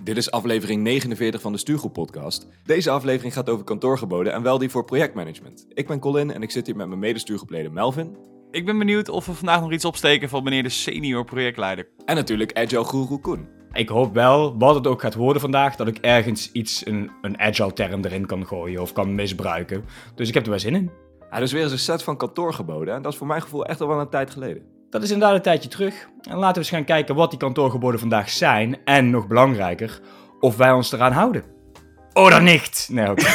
Dit is aflevering 49 van de Stuurgroep podcast. Deze aflevering gaat over kantoorgeboden en wel die voor projectmanagement. Ik ben Colin en ik zit hier met mijn medestuurgroepleden Melvin. Ik ben benieuwd of we vandaag nog iets opsteken van meneer de senior projectleider. En natuurlijk Agile Guru Koen. Ik hoop wel, wat het ook gaat worden vandaag, dat ik ergens een agile term erin kan gooien of kan misbruiken. Dus ik heb er wel zin in. Ja, dus weer eens een set van kantoorgeboden en dat is voor mijn gevoel echt al wel een tijd geleden. Dat is inderdaad een tijdje terug. En laten we eens gaan kijken wat die kantoorgeboden vandaag zijn. En nog belangrijker, of wij ons eraan houden. Oder niet! Nee, oké.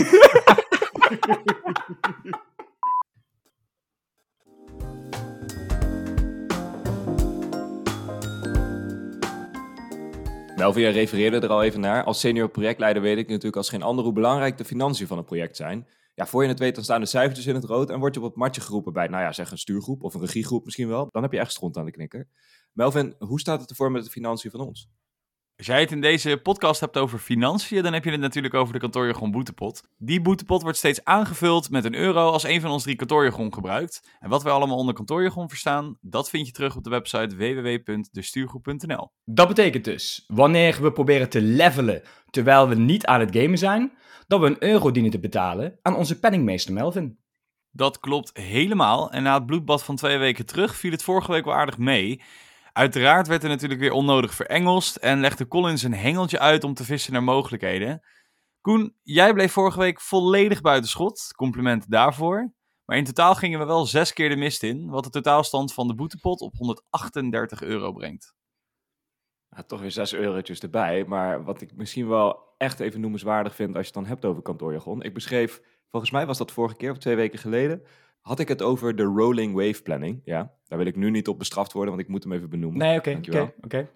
Melvin, jij refereerde er al even naar. Als senior projectleider weet ik natuurlijk als geen ander hoe belangrijk de financiën van een project zijn. Ja, voor je het weet dan staan de cijfertjes in het rood en word je op het matje geroepen bij, nou ja, zeg een stuurgroep of een regiegroep misschien wel. Dan heb je echt stront aan de knikker. Melvin, hoe staat het ervoor met de financiën van ons? Als jij het in deze podcast hebt over financiën, dan heb je het natuurlijk over de kantoorjargon boetepot. Die boetepot wordt steeds aangevuld met €1 als een van ons 3 kantoorjargon gebruikt. En wat wij allemaal onder kantoorjargon verstaan, dat vind je terug op de website www.destuurgroep.nl. Dat betekent dus, wanneer we proberen te levelen terwijl we niet aan het gamen zijn, dat we €1 dienen te betalen aan onze penningmeester Melvin. Dat klopt helemaal. En na het bloedbad van 2 weken terug viel het vorige week wel aardig mee. Uiteraard werd er natuurlijk weer onnodig verengelst en legde Colin zijn hengeltje uit om te vissen naar mogelijkheden. Koen, jij bleef vorige week volledig buiten schot. Complimenten daarvoor. Maar in totaal gingen we wel 6 keer de mist in, wat de totaalstand van de boetepot op €138 brengt. Ja, toch weer 6 eurotjes erbij, maar wat ik misschien wel echt even noemenswaardig vind als je het dan hebt over kantoorjargon. Ik beschreef, volgens mij was dat vorige keer of 2 weken geleden, had ik het over de rolling wave planning. Ja, daar wil ik nu niet op bestraft worden, want ik moet hem even benoemen. Nee, Dankjewel. oké.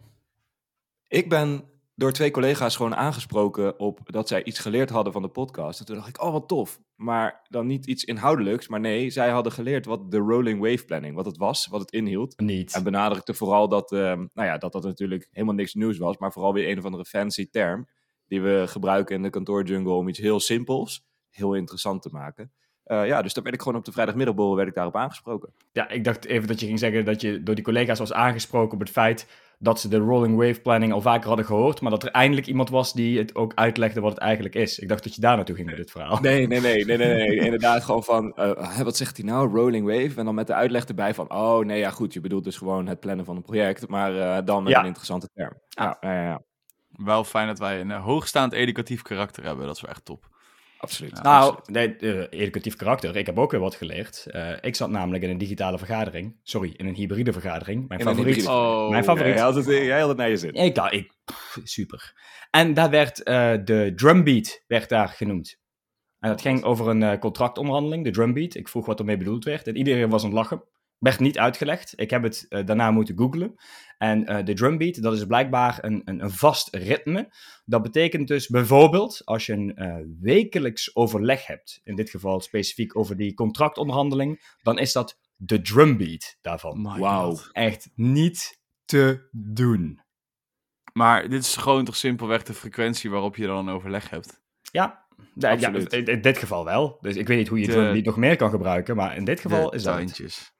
Ik ben door 2 collega's gewoon aangesproken op dat zij iets geleerd hadden van de podcast. En toen dacht ik, oh wat tof. Maar dan niet iets inhoudelijks, maar nee, zij hadden geleerd wat de rolling wave planning, wat het was, wat het inhield. Niet. En benadrukte vooral dat, dat natuurlijk helemaal niks nieuws was, maar vooral weer een of andere fancy term die we gebruiken in de kantoorjungle om iets heel simpels, heel interessant te maken. Dus daar werd ik gewoon op de vrijdagmiddagborrel werd ik daarop aangesproken. Ja, ik dacht even dat je ging zeggen dat je door die collega's was aangesproken op het feit dat ze de rolling wave planning al vaker hadden gehoord, maar dat er eindelijk iemand was die het ook uitlegde wat het eigenlijk is. Ik dacht dat je daar naartoe ging met dit verhaal. Nee. Inderdaad gewoon van, wat zegt hij nou, rolling wave? En dan met de uitleg erbij van, oh nee, ja goed, je bedoelt dus gewoon het plannen van een project, maar dan met een interessante term. Ja. Wel fijn dat wij een hoogstaand educatief karakter hebben, dat is wel echt top. Absoluut. Ja. Nou, educatief karakter. Ik heb ook weer wat geleerd. Ik zat namelijk in een digitale vergadering. Sorry, in een hybride vergadering. Mijn favoriet. Mijn favoriet. Jij had het naar je zin. Super. En daar werd de drumbeat werd daar genoemd. En dat ging over een contractonderhandeling, de drumbeat. Ik vroeg wat ermee bedoeld werd. En iedereen was aan het lachen. Werd niet uitgelegd. Ik heb het daarna moeten googlen. En de drumbeat, dat is blijkbaar een vast ritme. Dat betekent dus bijvoorbeeld, als je een wekelijks overleg hebt, in dit geval specifiek over die contractonderhandeling, dan is dat de drumbeat daarvan. Wauw. Echt niet te doen. Maar dit is gewoon toch simpelweg de frequentie waarop je dan een overleg hebt? Ja, absoluut. In dit geval wel. Dus ik weet niet hoe je drumbeat nog meer kan gebruiken, maar in dit geval is dat het.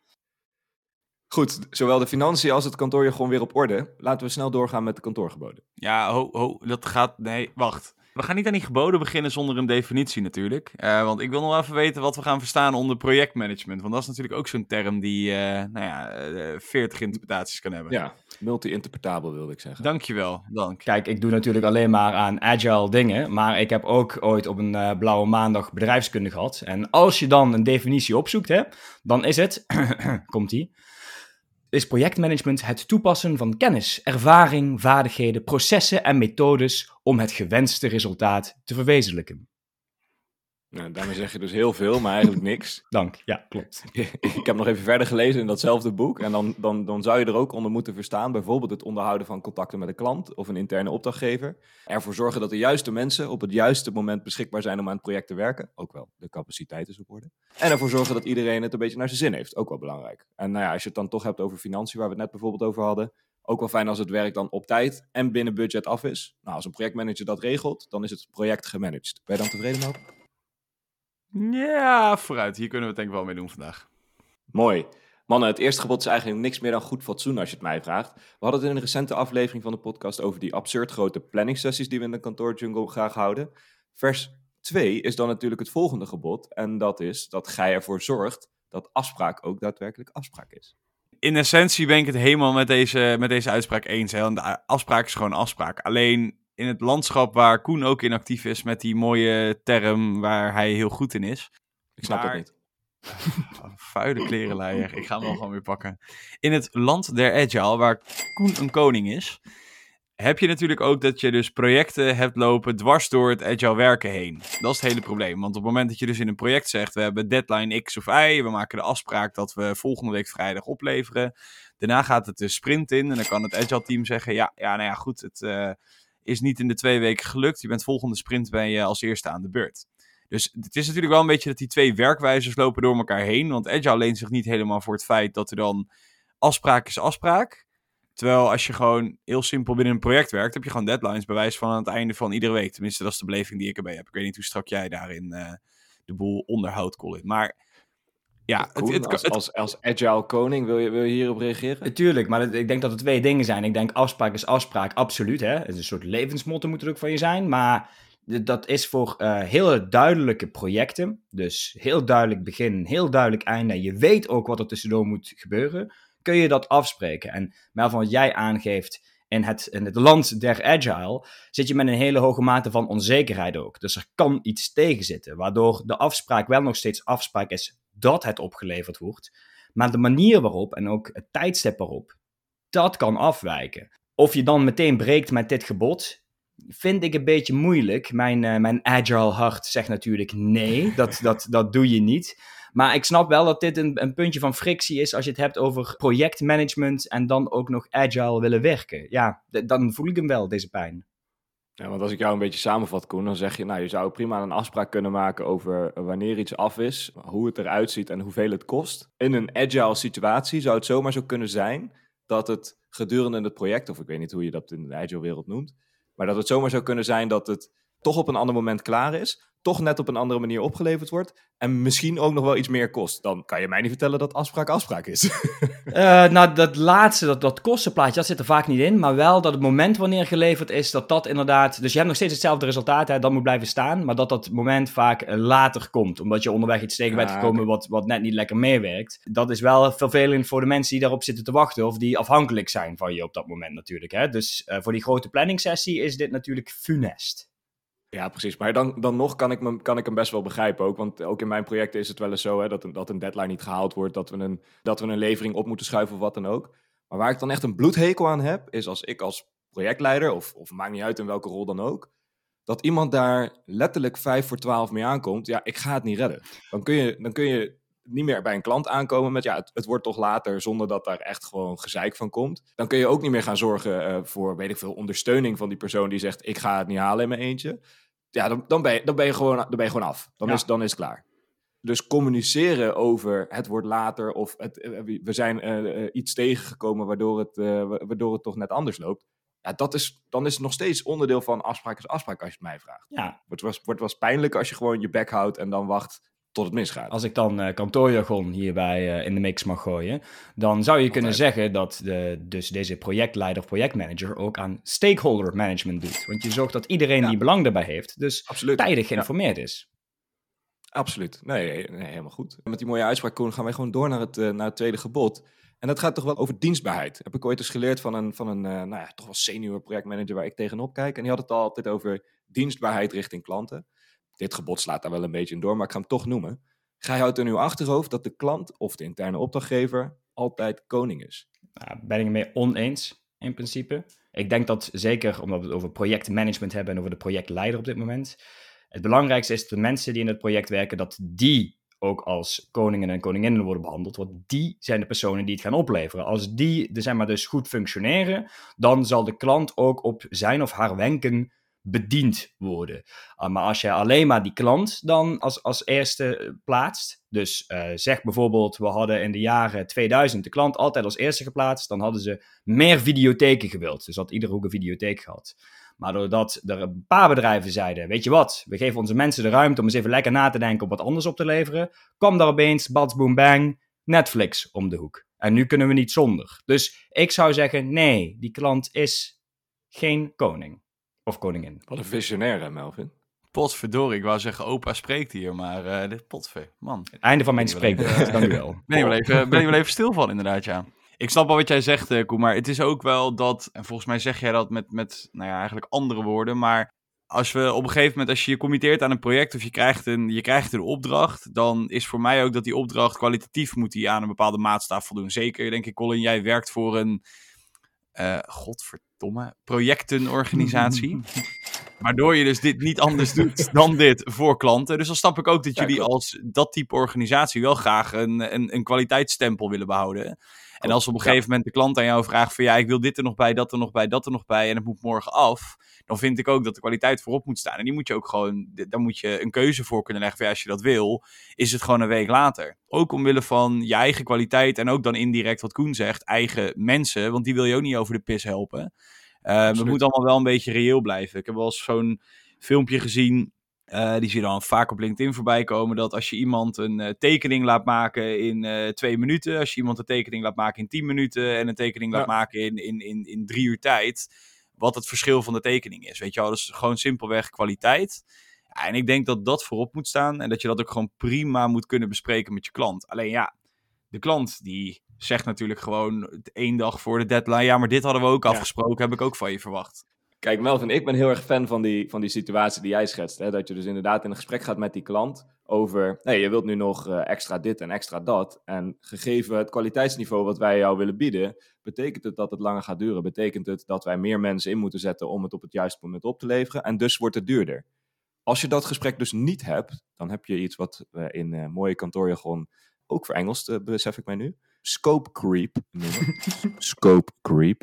Goed, zowel de financiën als het kantoorjargon weer op orde. Laten we snel doorgaan met de kantoorgeboden. Ja, dat gaat... Nee, wacht. We gaan niet aan die geboden beginnen zonder een definitie natuurlijk. Want ik wil nog even weten wat we gaan verstaan onder projectmanagement. Want dat is natuurlijk ook zo'n term die 40 interpretaties kan hebben. Ja, multi-interpretabel wilde ik zeggen. Dankjewel, dank. Kijk, ik doe natuurlijk alleen maar aan agile dingen, maar ik heb ook ooit op een blauwe maandag bedrijfskunde gehad. En als je dan een definitie opzoekt, hè, dan is het, komt-ie, is projectmanagement het toepassen van kennis, ervaring, vaardigheden, processen en methodes om het gewenste resultaat te verwezenlijken. Nou, daarmee zeg je dus heel veel, maar eigenlijk niks. Dank, ja, klopt. Ik heb nog even verder gelezen in datzelfde boek. En dan zou je er ook onder moeten verstaan. Bijvoorbeeld het onderhouden van contacten met een klant of een interne opdrachtgever. Ervoor zorgen dat de juiste mensen op het juiste moment beschikbaar zijn om aan het project te werken. Ook wel, de capaciteit is op orde. En ervoor zorgen dat iedereen het een beetje naar zijn zin heeft. Ook wel belangrijk. En nou ja, als je het dan toch hebt over financiën, waar we het net bijvoorbeeld over hadden. Ook wel fijn als het werk dan op tijd en binnen budget af is. Nou, als een projectmanager dat regelt, dan is het project gemanaged. Ben je dan tevreden over? Ja, vooruit. Hier kunnen we het denk ik wel mee doen vandaag. Mooi. Mannen, het eerste gebod is eigenlijk niks meer dan goed fatsoen als je het mij vraagt. We hadden het in een recente aflevering van de podcast over die absurd grote planningssessies die we in de kantoorjungle graag houden. Vers 2 is dan natuurlijk het volgende gebod. En dat is dat gij ervoor zorgt dat afspraak ook daadwerkelijk afspraak is. In essentie ben ik het helemaal met deze uitspraak eens. Hè? Want de afspraak is gewoon afspraak. Alleen in het landschap waar Koen ook in actief is met die mooie term waar hij heel goed in is. Ik snap het niet. Vuile klerenleier. Ik ga hem wel gewoon weer pakken. In het land der agile, waar Koen een koning is, heb je natuurlijk ook dat je dus projecten hebt lopen dwars door het agile werken heen. Dat is het hele probleem. Want op het moment dat je dus in een project zegt, we hebben deadline X of Y, we maken de afspraak dat we volgende week vrijdag opleveren. Daarna gaat het de sprint in en dan kan het agile team zeggen, nou ja, goed, het is niet in de 2 weken gelukt. Je bent volgende sprint ben je als eerste aan de beurt. Dus het is natuurlijk wel een beetje dat die 2 werkwijzes lopen door elkaar heen. Want agile leent zich niet helemaal voor het feit dat er dan afspraak is afspraak. Terwijl als je gewoon heel simpel binnen een project werkt, heb je gewoon deadlines bij wijze van aan het einde van iedere week. Tenminste, dat is de beleving die ik erbij heb. Ik weet niet hoe strak jij daarin de boel onderhoudt, Colin. Maar ja, als agile koning, wil je hierop reageren? Natuurlijk, maar ik denk dat er 2 dingen zijn. Ik denk afspraak is afspraak, absoluut. Hè? Het is een soort levensmotto moet het ook van je zijn. Maar dat is voor heel duidelijke projecten. Dus heel duidelijk begin, heel duidelijk einde. Je weet ook wat er tussendoor moet gebeuren. Kun je dat afspreken. En maar van wat jij aangeeft in het land der agile, zit je met een hele hoge mate van onzekerheid ook. Dus er kan iets tegen zitten, waardoor de afspraak wel nog steeds afspraak is dat het opgeleverd wordt. Maar de manier waarop en ook het tijdstip waarop, dat kan afwijken. Of je dan meteen breekt met dit gebod, vind ik een beetje moeilijk. Mijn agile hart zegt natuurlijk nee, dat doe je niet. Maar ik snap wel dat dit een puntje van frictie is als je het hebt over projectmanagement en dan ook nog agile willen werken. Ja, dan voel ik hem wel, deze pijn. Ja, want als ik jou een beetje samenvat, Koen, dan zeg je, nou, je zou prima een afspraak kunnen maken over wanneer iets af is, hoe het eruit ziet en hoeveel het kost. In een agile situatie zou het zomaar zo kunnen zijn dat het gedurende het project, of ik weet niet hoe je dat in de agile wereld noemt, maar dat het zomaar zou kunnen zijn dat het toch op een ander moment klaar is, toch net op een andere manier opgeleverd wordt en misschien ook nog wel iets meer kost. Dan kan je mij niet vertellen dat afspraak is. Nou, dat laatste, dat kostenplaatje, dat zit er vaak niet in. Maar wel dat het moment wanneer geleverd is, dat inderdaad... Dus je hebt nog steeds hetzelfde resultaat, hè, dat moet blijven staan. Maar dat moment vaak later komt. Omdat je onderweg iets tegen bent gekomen wat net niet lekker meewerkt. Dat is wel vervelend voor de mensen die daarop zitten te wachten. Of die afhankelijk zijn van je op dat moment natuurlijk. Hè. Dus voor die grote planningssessie is dit natuurlijk funest. Ja, precies. Maar dan nog kan ik hem best wel begrijpen ook. Want ook in mijn projecten is het wel eens zo, hè, dat een deadline niet gehaald wordt, dat we een levering op moeten schuiven of wat dan ook. Maar waar ik dan echt een bloedhekel aan heb, is als ik als projectleider, of maakt niet uit in welke rol dan ook, dat iemand daar letterlijk 11:55 mee aankomt. Ja, ik ga het niet redden. Dan kun je niet meer bij een klant aankomen met, ja, het wordt toch later, zonder dat daar echt gewoon gezeik van komt. Dan kun je ook niet meer gaan zorgen voor, weet ik veel, ondersteuning van die persoon die zegt, ik ga het niet halen in mijn eentje. Ja, dan ben je gewoon af. Dan is het klaar. Dus communiceren over het wordt later of we zijn iets tegengekomen waardoor het toch net anders loopt. Ja, dan is het nog steeds onderdeel van afspraak is afspraak als je het mij vraagt. Ja. Het wordt wel pijnlijk als je gewoon je bek houdt en dan wacht tot het misgaat. Als ik dan kantoorjargon hierbij in de mix mag gooien, dan zou je kunnen zeggen dat dus deze projectleider of projectmanager ook aan stakeholder management doet. Want je zorgt dat iedereen die belang daarbij heeft, dus tijdig geïnformeerd is. Absoluut. Nee, helemaal goed. Met die mooie uitspraak, Koen, gaan wij gewoon door naar het tweede gebod. En dat gaat toch wel over dienstbaarheid. Heb ik ooit eens geleerd van een toch wel senior projectmanager waar ik tegenop kijk. En die had het altijd over dienstbaarheid richting klanten. Dit gebod slaat daar wel een beetje in door, maar ik ga hem toch noemen. Gij houdt in uw achterhoofd dat de klant of de interne opdrachtgever altijd koning is. Nou, ben ik het mee oneens, in principe. Ik denk dat zeker, omdat we het over projectmanagement hebben en over de projectleider op dit moment, het belangrijkste is dat de mensen die in het project werken, dat die ook als koningen en koninginnen worden behandeld, want die zijn de personen die het gaan opleveren. Als die dus goed functioneren, dan zal de klant ook op zijn of haar wenken bediend worden. Maar als je alleen maar die klant dan als eerste plaatst, dus zeg bijvoorbeeld, we hadden in de jaren 2000 de klant altijd als eerste geplaatst, dan hadden ze meer videotheken gewild. Dus had iedere hoek een videotheek gehad. Maar doordat er een paar bedrijven zeiden, weet je wat, we geven onze mensen de ruimte om eens even lekker na te denken op wat anders op te leveren, kwam daar opeens, bats, boom, bang, Netflix om de hoek. En nu kunnen we niet zonder. Dus ik zou zeggen, nee, die klant is geen koning. Of koningin. Wat een visionair, hè, Melvin? Potverdorie, ik wou zeggen opa spreekt hier, maar dit potver, man. Het einde van mijn Ben je wel spreekbeurt, dank u wel. Ben je wel even stil van, inderdaad, ja. Ik snap wel wat jij zegt, Koen, maar het is ook wel dat, en volgens mij zeg jij dat met nou ja, eigenlijk andere woorden, maar als we op een gegeven moment, als je je committeert aan een project of je krijgt een opdracht, dan is voor mij ook dat die opdracht kwalitatief moet die aan een bepaalde maatstaf voldoen. Zeker, denk ik, Colin, jij werkt voor een, godverdomme, projectenorganisatie. Waardoor je dus dit niet anders doet dan dit voor klanten. Dus dan snap ik ook dat jullie als dat type organisatie wel graag een kwaliteitsstempel willen behouden. En als op een gegeven moment de klant aan jou vraagt van ja, ik wil dit er nog bij, dat er nog bij, dat er nog bij en het moet morgen af. Dan vind ik ook dat de kwaliteit voorop moet staan. En die moet je ook gewoon, daar moet je een keuze voor kunnen leggen. Van, ja, als je dat wil, is het gewoon een week later. Ook omwille van je eigen kwaliteit en ook dan indirect wat Koen zegt, eigen mensen. Want die wil je ook niet over de pis helpen. Het moet allemaal wel een beetje reëel blijven. Ik heb wel eens zo'n filmpje gezien, die zie je dan vaak op LinkedIn voorbij komen, dat als je iemand een tekening laat maken in 2 minuten, als je iemand een tekening laat maken in 10 minuten en een tekening laat maken in 3 uur tijd, wat het verschil van de tekening is. Weet je wel, dus gewoon simpelweg kwaliteit. Ja, en ik denk dat dat voorop moet staan en dat je dat ook gewoon prima moet kunnen bespreken met je klant. Alleen ja, de klant die zegt natuurlijk gewoon 1 dag voor de deadline, ja, maar dit hadden we ook afgesproken, heb ik ook van je verwacht. Kijk, Melvin, ik ben heel erg fan van die situatie die jij schetst. Hè? Dat je dus inderdaad in een gesprek gaat met die klant over, nee, je wilt nu nog extra dit en extra dat. En gegeven het kwaliteitsniveau wat wij jou willen bieden, betekent het dat het langer gaat duren. Betekent het dat wij meer mensen in moeten zetten om het op het juiste moment op te leveren. En dus wordt het duurder. Als je dat gesprek dus niet hebt, dan heb je iets wat we in mooie kantoorjargon ook verengelst, besef ik mij nu. Scope creep noemen. Scope creep.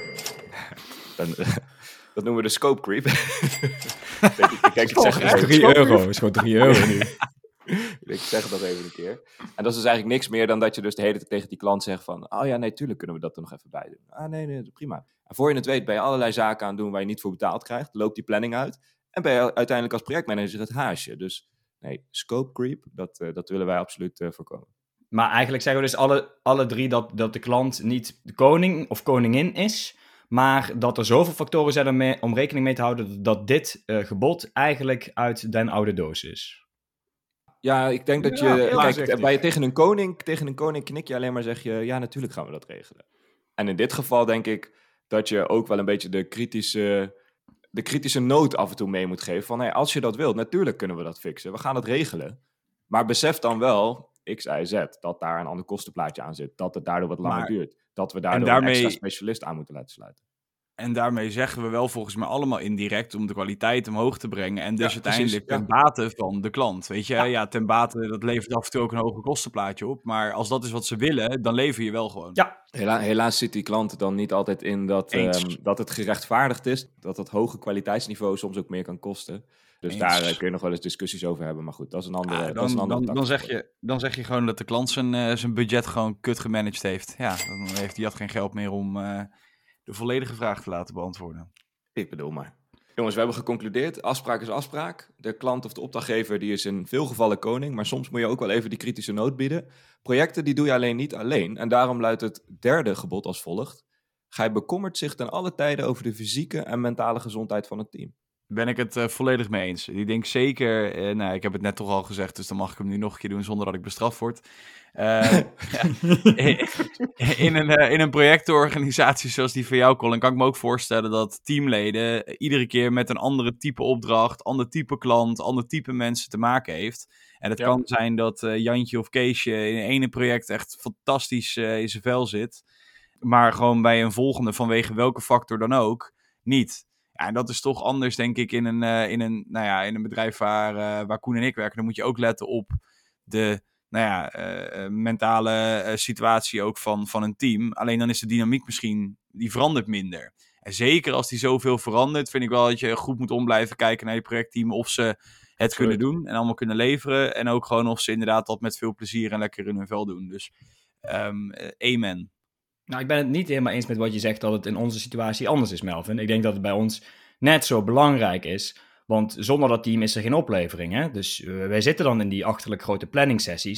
Dat noemen we de scope creep. Kijk, ik zeg het 3 euro. Is gewoon 3 euro nu. Ik zeg dat even een keer. En dat is dus eigenlijk niks meer dan dat je dus de hele tijd tegen die klant zegt van, oh ja, nee, tuurlijk kunnen we dat er nog even bij doen. Ah nee, prima. En voor je het weet ben je allerlei zaken aan het doen waar je niet voor betaald krijgt. Loopt die planning uit. En ben je uiteindelijk als projectmanager het haasje. Dus nee, scope creep, dat willen wij absoluut voorkomen. Maar eigenlijk zeggen we dus alle 3 dat de klant niet de koning of koningin is, maar dat er zoveel factoren zijn om rekening mee te houden dat dit gebod eigenlijk uit den oude doos is. Ja, ik denk dat je tegen een koning knik je alleen maar, zeg je, ja, natuurlijk gaan we dat regelen. En in dit geval denk ik dat je ook wel een beetje de kritische noot af en toe mee moet geven van, hey, als je dat wilt, natuurlijk kunnen we dat fixen. We gaan het regelen. Maar besef dan wel, X, Y, Z, dat daar een ander kostenplaatje aan zit. Dat het daardoor wat langer duurt. Dat we daardoor een extra specialist aan moeten laten sluiten. En daarmee zeggen we wel volgens mij allemaal indirect om de kwaliteit omhoog te brengen. En dus uiteindelijk ten bate van de klant. Weet je, ja, ten bate, dat levert af en toe ook een hoger kostenplaatje op. Maar als dat is wat ze willen, dan lever je wel gewoon. Ja. Helaas zit die klant dan niet altijd in dat het gerechtvaardigd is. Dat het hoge kwaliteitsniveau soms ook meer kan kosten. Dus daar kun je nog wel eens discussies over hebben. Maar goed, dat is een andere dan zeg je gewoon dat de klant zijn budget gewoon kut gemanaged heeft. Ja, dan heeft hij geen geld meer om de volledige vraag te laten beantwoorden. Ik bedoel maar. Jongens, we hebben geconcludeerd. Afspraak is afspraak. De klant of de opdrachtgever die is in veel gevallen koning. Maar soms moet je ook wel even die kritische noot bieden. Projecten die doe je alleen niet alleen. En daarom luidt het 3e gebod als volgt. Gij bekommert zich ten alle tijden over de fysieke en mentale gezondheid van het team. Ben ik het volledig mee eens. Ik denk zeker, ik heb het net toch al gezegd, dus dan mag ik hem nu nog een keer doen zonder dat ik bestraft word. In een projectorganisatie zoals die van jou, Colin, kan ik me ook voorstellen dat teamleden iedere keer met een andere type opdracht, ander type klant, ander type mensen te maken heeft. En het kan zijn dat Jantje of Keesje in ene project echt fantastisch in zijn vel zit, maar gewoon bij een volgende, vanwege welke factor dan ook, niet. Ja, en dat is toch anders, denk ik, in een bedrijf waar Koen en ik werken. Dan moet je ook letten op de mentale situatie ook van een team. Alleen dan is de dynamiek misschien, die verandert minder. En zeker als die zoveel verandert, vind ik wel dat je goed moet om blijven kijken naar je projectteam. Of ze het kunnen doen en allemaal kunnen leveren. En ook gewoon of ze inderdaad dat met veel plezier en lekker in hun vel doen. Dus amen. Nou, ik ben het niet helemaal eens met wat je zegt dat het in onze situatie anders is, Melvin. Ik denk dat het bij ons net zo belangrijk is, want zonder dat team is er geen oplevering. Hè? Dus wij zitten dan in die achterlijk grote planningsessies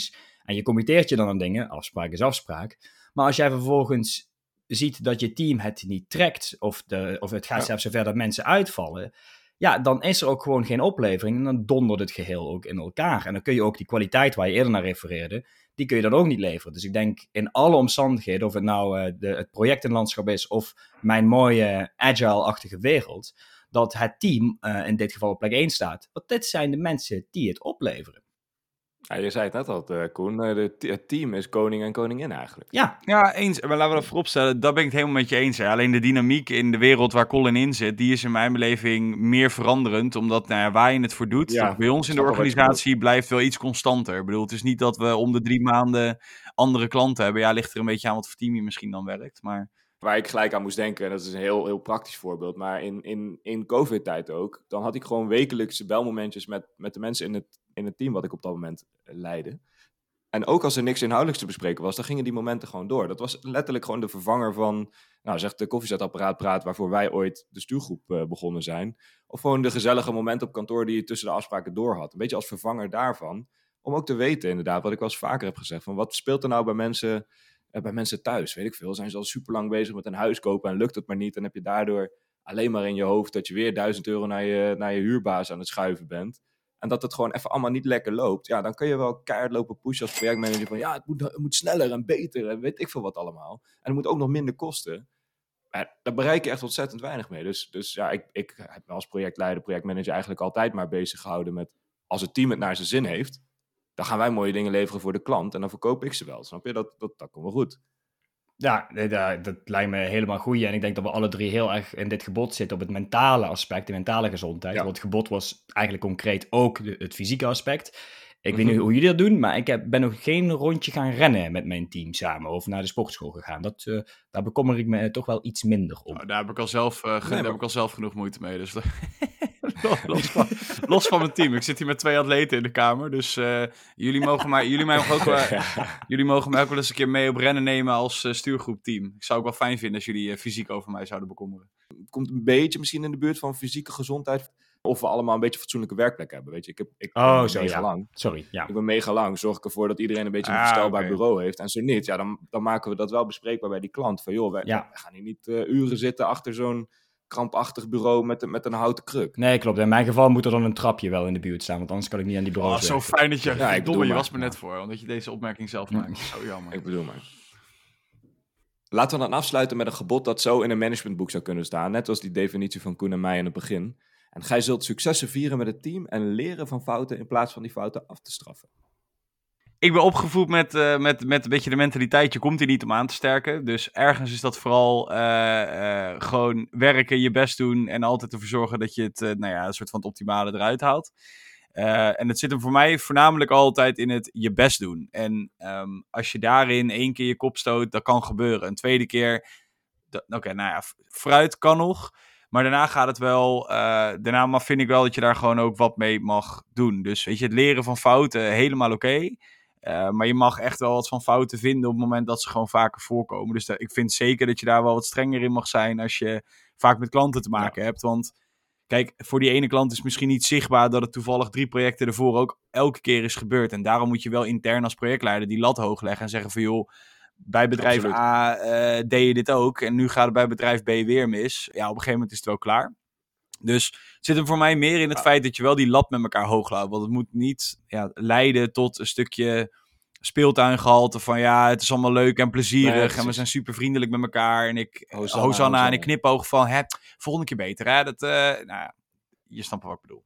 En je committeert je dan aan dingen, afspraak is afspraak. Maar als jij vervolgens ziet dat je team het niet trekt, of het gaat zelfs zover dat mensen uitvallen, ja, dan is er ook gewoon geen oplevering en dan dondert het geheel ook in elkaar. En dan kun je ook die kwaliteit waar je eerder naar refereerde, die kun je dan ook niet leveren. Dus ik denk in alle omstandigheden, of het nou het projectenlandschap is of mijn mooie agile-achtige wereld, dat het team in dit geval op plek 1 staat. Want dit zijn de mensen die het opleveren. Ja, je zei het net al, Koen. Het team is koning en koningin eigenlijk. Ja, eens. Maar laten we dat vooropstellen. Dat ben ik het helemaal met je eens. Hè. Alleen de dynamiek in de wereld waar Colin in zit, die is in mijn beleving meer veranderend. Omdat waar je het voor doet, bij ons in de organisatie blijft wel iets constanter. Ik bedoel, het is niet dat we om de 3 maanden andere klanten hebben. Ja, ligt er een beetje aan wat voor team je misschien dan werkt. Maar waar ik gelijk aan moest denken, en dat is een heel, heel praktisch voorbeeld, maar in COVID-tijd ook, dan had ik gewoon wekelijkse belmomentjes met de mensen in het team wat ik op dat moment leidde. En ook als er niks inhoudelijks te bespreken was, dan gingen die momenten gewoon door. Dat was letterlijk gewoon de vervanger van, nou zeg de koffiezetapparaat praat, waarvoor wij ooit de stuurgroep begonnen zijn. Of gewoon de gezellige momenten op kantoor die je tussen de afspraken door had. Een beetje als vervanger daarvan, om ook te weten inderdaad, wat ik wel eens vaker heb gezegd, van wat speelt er nou bij mensen thuis, weet ik veel. Zijn ze al super lang bezig met een huis kopen en lukt het maar niet. En heb je daardoor alleen maar in je hoofd dat je weer €1000 naar je huurbaas aan het schuiven bent. En dat het gewoon even allemaal niet lekker loopt. Ja, dan kun je wel keihard lopen pushen als projectmanager van ja, het moet sneller en beter en weet ik veel wat allemaal. En het moet ook nog minder kosten. Maar daar bereik je echt ontzettend weinig mee. Dus ja, ik heb me als projectleider, projectmanager eigenlijk altijd maar bezig gehouden met als het team het naar zijn zin heeft, dan gaan wij mooie dingen leveren voor de klant en dan verkoop ik ze wel. Snap je? Dat komt wel goed. Ja, dat lijkt me helemaal goed. En ik denk dat we alle 3 heel erg in dit gebod zitten op het mentale aspect, de mentale gezondheid. Ja. Want het gebod was eigenlijk concreet ook het fysieke aspect. Ik weet niet hoe jullie dat doen, maar ik ben nog geen rondje gaan rennen met mijn team samen of naar de sportschool gegaan. Daar bekommer ik me toch wel iets minder om. Nou, daar heb ik al zelf genoeg moeite mee. Dus los van mijn team. Ik zit hier met 2 atleten in de kamer, dus jullie mogen mij ook wel eens een keer mee op rennen nemen als stuurgroepteam. Ik zou ook wel fijn vinden als jullie fysiek over mij zouden bekommeren. Het komt een beetje misschien in de buurt van fysieke gezondheid. Of we allemaal een beetje fatsoenlijke werkplek hebben, weet je. Ik ben mega lang. Sorry, ja. Ik ben mega lang. Zorg ik ervoor dat iedereen een beetje een verstelbaar bureau heeft. En zo niet, ja, dan maken we dat wel bespreekbaar bij die klant. Van joh, wij gaan hier niet uren zitten achter zo'n krampachtig bureau met een houten kruk. Nee, klopt. In mijn geval moet er dan een trapje wel in de buurt staan, want anders kan ik niet aan die bureaus zo fijn dat je... Ja, je was me net voor, omdat je deze opmerking zelf maakt. Zo jammer. Ik bedoel maar. Laten we dan afsluiten met een gebod dat zo in een managementboek zou kunnen staan. Net als die definitie van Koen en mij in het begin. En gij zult successen vieren met het team en leren van fouten in plaats van die fouten af te straffen. Ik ben opgevoed met een beetje de mentaliteit, je komt hier niet om aan te sterken. Dus ergens is dat vooral gewoon werken, je best doen en altijd ervoor zorgen dat je het een soort van het optimale eruit haalt. En het zit hem voor mij voornamelijk altijd in het je best doen. En als je daarin 1 keer je kop stoot, dat kan gebeuren. Een tweede keer, vooruit kan nog. Maar daarna gaat het wel, daarna vind ik wel dat je daar gewoon ook wat mee mag doen. Dus weet je, het leren van fouten, helemaal oké. Maar je mag echt wel wat van fouten vinden op het moment dat ze gewoon vaker voorkomen. Dus ik vind zeker dat je daar wel wat strenger in mag zijn als je vaak met klanten te maken hebt. Want kijk, voor die ene klant is misschien niet zichtbaar dat het toevallig 3 projecten ervoor ook elke keer is gebeurd. En daarom moet je wel intern als projectleider die lat hoog leggen en zeggen van joh, bij bedrijf A deed je dit ook en nu gaat het bij bedrijf B weer mis. Ja, op een gegeven moment is het wel klaar. Dus het zit hem voor mij meer in het feit dat je wel die lat met elkaar hoog laat. Want het moet niet leiden tot een stukje speeltuingehalte van ja, het is allemaal leuk en plezierig en we zijn super vriendelijk met elkaar. En ik, Hosanna en ik knipoog van, volgende keer beter. Hè? Dat, je snapt wat ik bedoel.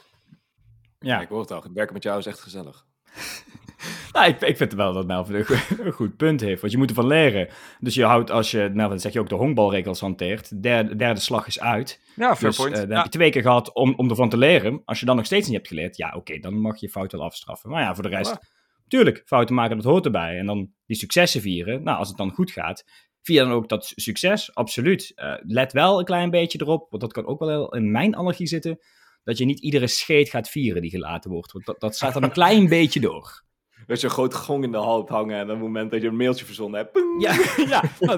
Ja, ik hoor het al. Werken met jou is echt gezellig. Nou, ik vind wel dat Melvin een goed punt heeft. Want je moet ervan leren. Dus je houdt, als je, Melvin, zeg je ook de honkbalregels hanteert. Derde slag is uit. Ja, fair point. Dan heb je 2 keer gehad om ervan te leren. Als je dan nog steeds niet hebt geleerd, ja, oké, dan mag je fout wel afstraffen. Maar ja, voor de rest, tuurlijk, fouten maken, dat hoort erbij. En dan die successen vieren. Nou, als het dan goed gaat, vier dan ook dat succes, absoluut. Let wel een klein beetje erop, want dat kan ook wel in mijn allergie zitten, dat je niet iedere scheet gaat vieren die gelaten wordt. Want dat staat dan een klein beetje door. Dat je een grote gong in de hal hangen en op het moment dat je een mailtje verzonnen hebt. Ping! Ja.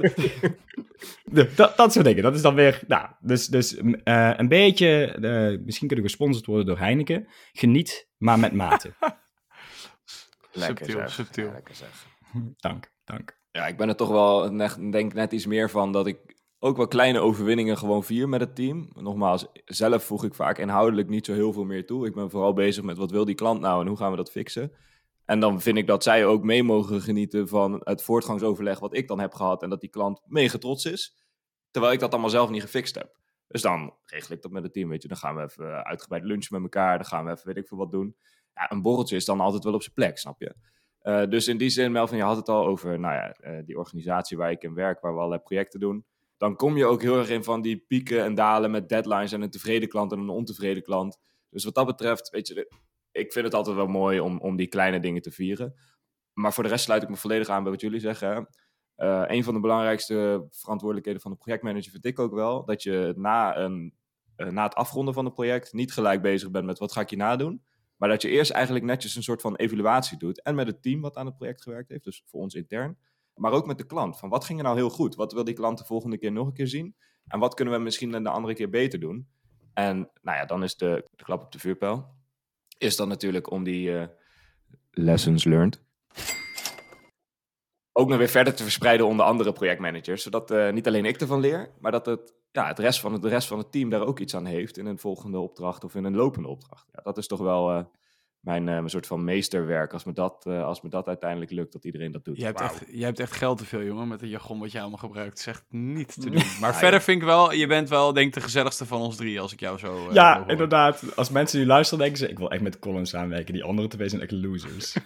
Dat soort dingen. Dat is dan weer, nou, dus een beetje, misschien kunnen we gesponsord worden door Heineken. Geniet, maar met mate. Subtiel. Ja, lekker zeg. Dank. Ja, ik ben er toch wel, denk net iets meer van dat ik ook wel kleine overwinningen gewoon vier met het team. Nogmaals, zelf voeg ik vaak inhoudelijk niet zo heel veel meer toe. Ik ben vooral bezig met wat wil die klant nou en hoe gaan we dat fixen. En dan vind ik dat zij ook mee mogen genieten van het voortgangsoverleg wat ik dan heb gehad. En dat die klant mega trots is, terwijl ik dat allemaal zelf niet gefixt heb. Dus dan regel ik dat met het team, weet je. Dan gaan we even uitgebreid lunchen met elkaar. Dan gaan we even weet ik veel wat doen. Ja, een borreltje is dan altijd wel op zijn plek, snap je? Dus in die zin, Melvin, je had het al over die organisatie waar ik in werk, waar we allerlei projecten doen. Dan kom je ook heel erg in van die pieken en dalen met deadlines en een tevreden klant en een ontevreden klant. Dus wat dat betreft, weet je, ik vind het altijd wel mooi om die kleine dingen te vieren. Maar voor de rest sluit ik me volledig aan bij wat jullie zeggen. Een van de belangrijkste verantwoordelijkheden van de projectmanager vind ik ook wel dat je na het afronden van het project niet gelijk bezig bent met wat ga ik je nadoen. Maar dat je eerst eigenlijk netjes een soort van evaluatie doet. En met het team wat aan het project gewerkt heeft, dus voor ons intern. Maar ook met de klant. Van wat ging er nou heel goed? Wat wil die klant de volgende keer nog een keer zien? En wat kunnen we misschien de andere keer beter doen? En dan is de klap op de vuurpijl. Is dan natuurlijk om die lessons learned ook nog weer verder te verspreiden onder andere projectmanagers. Zodat niet alleen ik ervan leer, maar dat de rest van het team daar ook iets aan heeft in een volgende opdracht of in een lopende opdracht. Ja, dat is toch wel mijn soort van meesterwerk. Als me dat uiteindelijk lukt, dat iedereen dat doet. Jij hebt echt geld te veel, jongen, met het jargon wat je allemaal gebruikt. Het is echt niet te doen. Maar verder vind ik wel, je bent wel, denk ik, de gezelligste van ons drie, als ik jou zo ja, inderdaad. Als mensen nu luisteren, denken ze, ik wil echt met Colin samenwerken. Die andere twee zijn echt losers.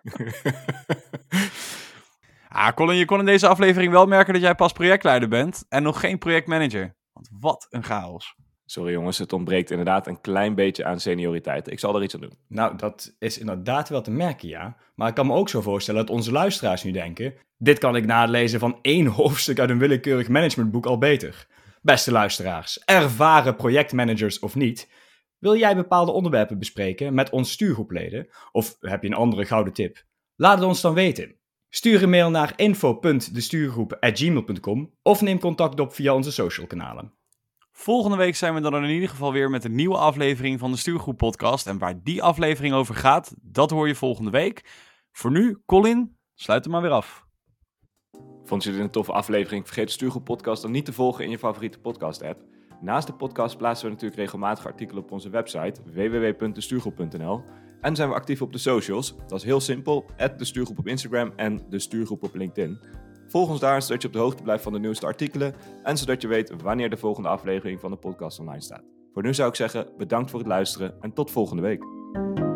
Colin, je kon in deze aflevering wel merken dat jij pas projectleider bent en nog geen projectmanager. Want wat een chaos. Sorry jongens, het ontbreekt inderdaad een klein beetje aan senioriteit. Ik zal er iets aan doen. Nou, dat is inderdaad wel te merken, ja. Maar ik kan me ook zo voorstellen dat onze luisteraars nu denken, dit kan ik na het lezen van 1 hoofdstuk uit een willekeurig managementboek al beter. Beste luisteraars, ervaren projectmanagers of niet, wil jij bepaalde onderwerpen bespreken met ons stuurgroepleden? Of heb je een andere gouden tip? Laat het ons dan weten. Stuur een mail naar info.destuurgroep@gmail.com of neem contact op via onze social kanalen. Volgende week zijn we dan in ieder geval weer met een nieuwe aflevering van de Stuurgroep podcast. En waar die aflevering over gaat, dat hoor je volgende week. Voor nu, Colin, sluit hem maar weer af. Vond je dit een toffe aflevering? Vergeet de Stuurgroep podcast dan niet te volgen in je favoriete podcast app. Naast de podcast plaatsen we natuurlijk regelmatig artikelen op onze website www.destuurgroep.nl. En zijn we actief op de socials. Dat is heel simpel, @de Stuurgroep op Instagram en de Stuurgroep op LinkedIn. Volg ons daar, zodat je op de hoogte blijft van de nieuwste artikelen en zodat je weet wanneer de volgende aflevering van de podcast online staat. Voor nu zou ik zeggen, bedankt voor het luisteren en tot volgende week.